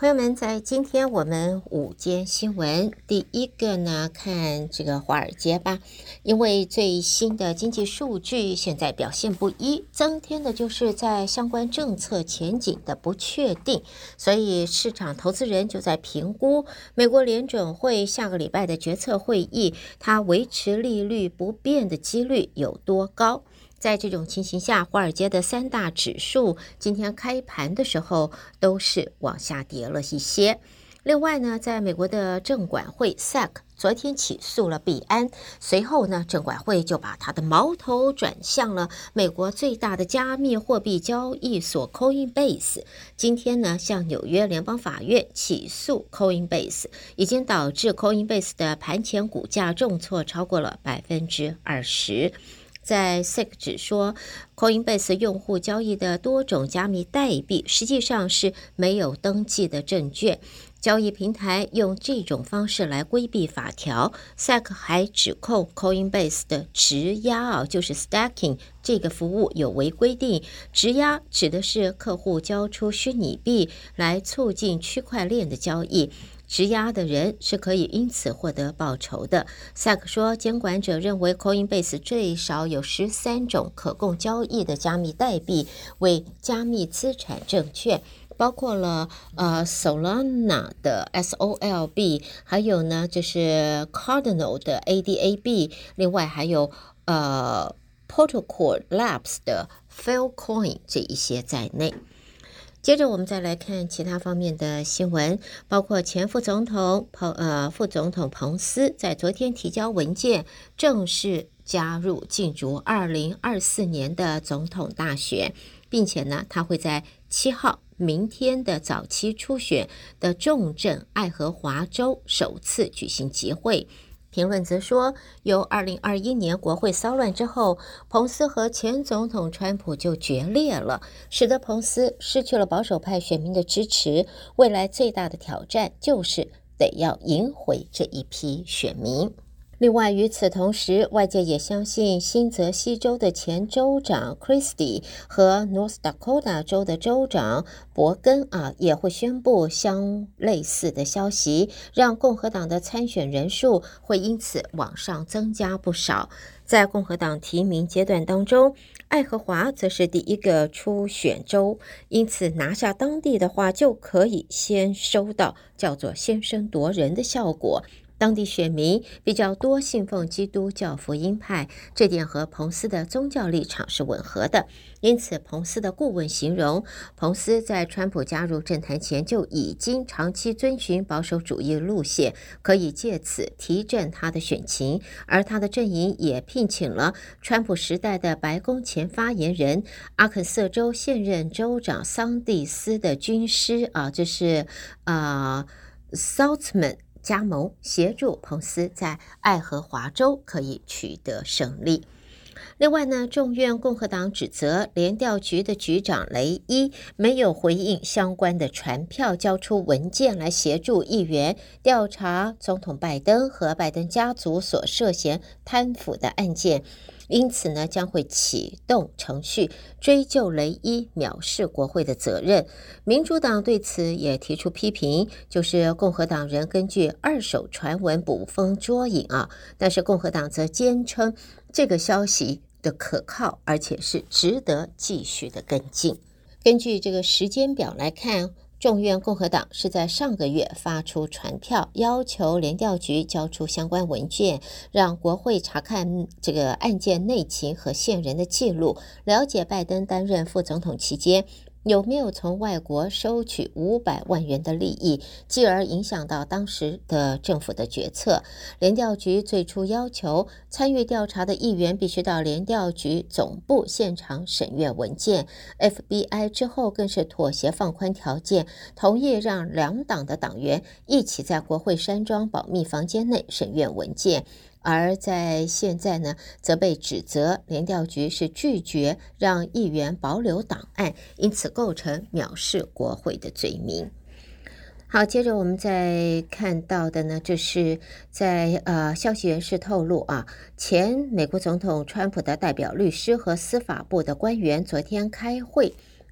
朋友们，在今天我们午间新闻，第一个呢，看这个华尔街吧，因为最新的经济数据现在表现不一，增添的就是在相关政策前景的不确定，所以市场投资人就在评估美国联准会下个礼拜的决策会议，它维持利率不变的几率有多高。在这种情形下，华尔街的三大指数今天开盘的时候都是往下跌了一些。另外呢，在美国的证管会 SEC 昨天起诉了币安，随后呢，证管会就把他的矛头转向了美国最大的加密货币交易所 Coinbase。今天呢，向纽约联邦法院起诉 Coinbase， 已经导致 Coinbase 的盘前股价重挫超过了20%。在 SEC 指说 Coinbase 用户交易的多种加密代币实际上是没有登记的证券，交易平台用这种方式来规避法条。 SEC 还指控 Coinbase 的质押就是 stacking 这个服务有违规定。质押指的是客户交出虚拟币来促进区块链的交易，质押的人是可以因此获得报酬的。 SEC 说，监管者认为 Coinbase 最少有13种可供交易的加密代币为加密资产证券，包括了Solana 的 SOLB， 还有呢就是 Cardano 的 ADAB， 另外还有Protocol Labs 的 Filecoin 这一些在内。接着我们再来看其他方面的新闻，包括前副总统彭斯在昨天提交文件，正式进入2024年的总统大选，并且呢，他会在7号明天的早期初选的重镇爱荷华州首次举行集会。评论则说，由2021年国会骚乱之后，彭斯和前总统川普就决裂了，使得彭斯失去了保守派选民的支持。未来最大的挑战就是得要赢回这一批选民。另外，与此同时，外界也相信新泽西州的前州长 Christie 和 North Dakota 州的州长伯根也会宣布相类似的消息，让共和党的参选人数会因此往上增加不少。在共和党提名阶段当中，爱荷华则是第一个初选州，因此拿下当地的话，就可以先收到叫做先声夺人的效果。当地选民比较多信奉基督教福音派，这点和彭斯的宗教立场是吻合的。因此，彭斯的顾问形容，彭斯在川普加入政坛前就已经长期遵循保守主义路线，可以借此提振他的选情。而他的阵营也聘请了川普时代的白宫前发言人、阿肯色州现任州长桑蒂斯的军师这是Saltzman加盟，协助彭斯在爱荷华州可以取得胜利。另外呢，众院共和党指责联调局的局长雷伊没有回应相关的传票，交出文件来协助议员调查总统拜登和拜登家族所涉嫌贪腐的案件。因此呢，将会启动程序追究雷伊藐视国会的责任。民主党对此也提出批评，就是共和党人根据二手传闻捕风捉影但是共和党则坚称这个消息的可靠，而且是值得继续的跟进。根据这个时间表来看，众院共和党是在上个月发出传票，要求联调局交出相关文件，让国会查看这个案件内情和线人的记录，了解拜登担任副总统期间有没有从外国收取500万元的利益，继而影响到当时的政府的决策。联调局最初要求参与调查的议员必须到联调局总部现场审阅文件， FBI 之后更是妥协放宽条件，同意让两党的党员一起在国会山庄保密房间内审阅文件。而在现在呢，则被指责联调局是拒绝让议员保留档案，因此构成藐视国会的罪名。好，接着我们再看到的呢，就是在消息人士透露前美国总统川普的代表律师和司法部的官员昨天开会，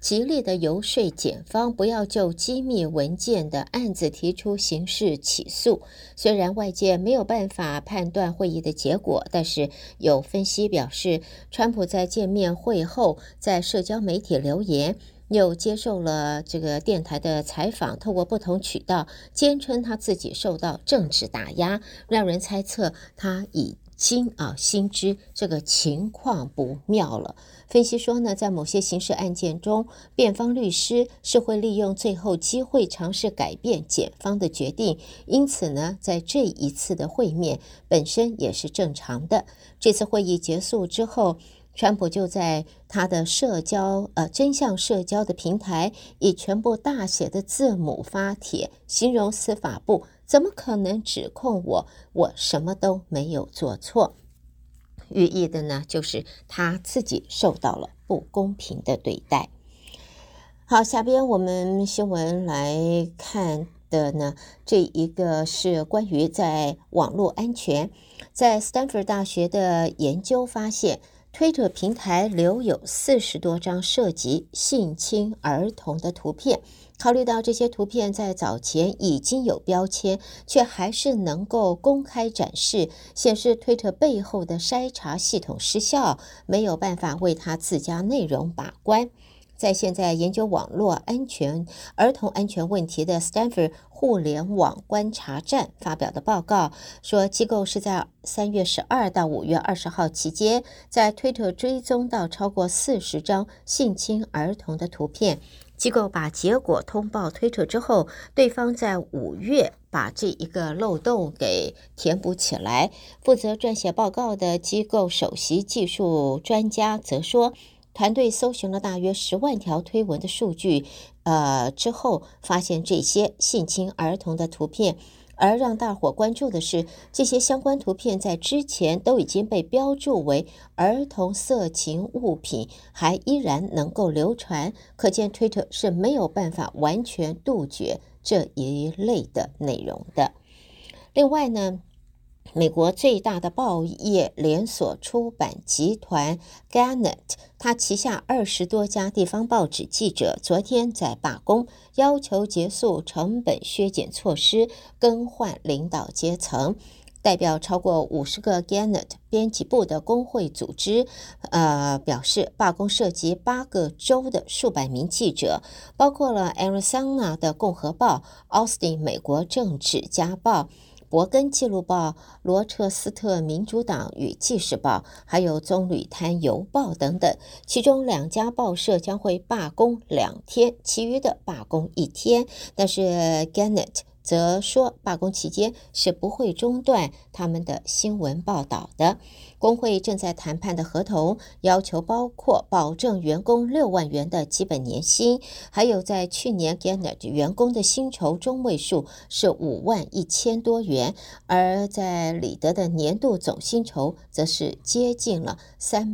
极力的游说检方不要就机密文件的案子提出刑事起诉。虽然外界没有办法判断会议的结果，但是有分析表示，川普在见面会后在社交媒体留言，又接受了这个电台的采访，透过不同渠道坚称他自己受到政治打压，让人猜测他已经心知这个情况不妙了。分析说呢，在某些刑事案件中，辩方律师是会利用最后机会尝试改变检方的决定，因此呢，在这一次的会面本身也是正常的。这次会议结束之后，川普就在他的真相社交的平台以全部大写的字母发帖，形容司法部怎么可能指控我什么都没有做错，寓意的呢就是他自己受到了不公平的对待。好，下边我们新闻来看的呢，这一个是关于在网络安全。在斯坦福大学的研究发现，推特平台留有40多张涉及性侵儿童的图片。考虑到这些图片在早前已经有标签，却还是能够公开展示，显示推特背后的筛查系统失效，没有办法为它自家内容把关。在现在研究网络安全、儿童安全问题的斯坦福互联网观察站发表的报告说，机构是在3月12到5月20号期间，在推特追踪到超过40张性侵儿童的图片。机构把结果通报推特之后，对方在5月把这一个漏洞给填补起来。负责撰写报告的机构首席技术专家则说，团队搜寻了大约10万条推文的数据，之后发现这些性侵儿童的图片。而让大伙关注的是，这些相关图片在之前都已经被标注为儿童色情物品，还依然能够流传，可见推特是没有办法完全杜绝这一类的内容的。另外呢，美国最大的报业连锁出版集团 Gannett， 它旗下20多家地方报纸记者昨天在罢工，要求结束成本削减措施，更换领导阶层。代表超过50个 Gannett 编辑部的工会组织表示，罢工涉及8个州的数百名记者，包括了 Arizona 的共和报、Austin 美国政治家报、伯根纪录报、罗彻斯特民主党与纪事报，还有棕榈滩邮报等等。其中2家报社将会罢工2天，其余的罢工1天。但是 Gannett 则说，罢工期间是不会中断他们的新闻报道的。工会正在谈判的合同要求包括保证员工6万元的基本年薪，还有在去年 Gannett 员工的薪酬中位数是51000多元，而在里德的年度总薪酬则是接近了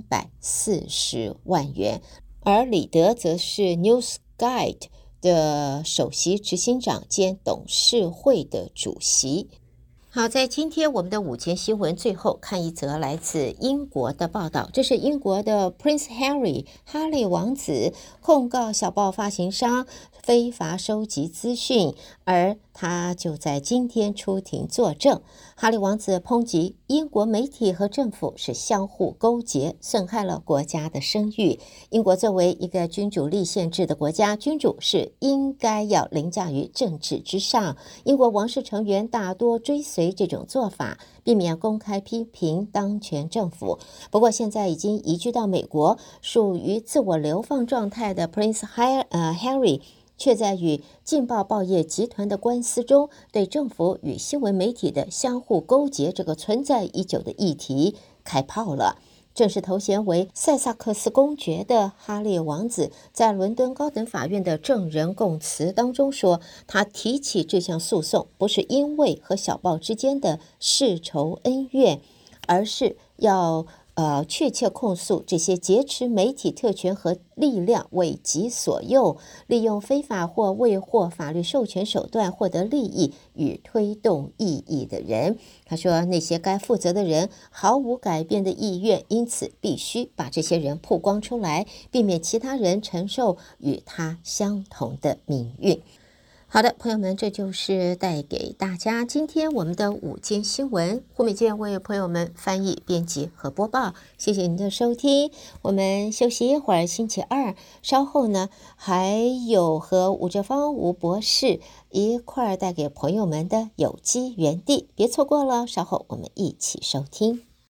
340万元，而里德则是 NewsGuide 的首席执行长兼董事会的主席。好，在今天我们的午间新闻最后看一则来自英国的报道，这是英国的 Prince Harry 哈利王子控告小报发行商非法收集资讯，而他就在今天出庭作证。哈利王子抨击英国媒体和政府是相互勾结，损害了国家的声誉。英国作为一个君主立宪制的国家，君主是应该要凌驾于政治之上。英国王室成员大多追随这种做法，避免公开批评当权政府。不过现在已经移居到美国，属于自我流放状态的 Prince Harry却在与劲爆报业集团的官司中，对政府与新闻媒体的相互勾结这个存在已久的议题开炮了。正式头衔为塞萨克斯公爵的哈利王子在伦敦高等法院的证人供词当中说，他提起这项诉讼不是因为和小报之间的世仇恩怨，而是要确切控诉这些劫持媒体特权和力量为己所用，利用非法或未获法律授权手段获得利益与推动异议的人。他说，那些该负责的人毫无改变的意愿，因此必须把这些人曝光出来，避免其他人承受与他相同的命运。好的，朋友们，这就是带给大家今天我们的午间新闻。胡美健为朋友们翻译、编辑和播报，谢谢您的收听。我们休息一会儿，星期二稍后呢，还有和吴哲芳吴博士一块儿带给朋友们的有机园地，别错过了，稍后我们一起收听。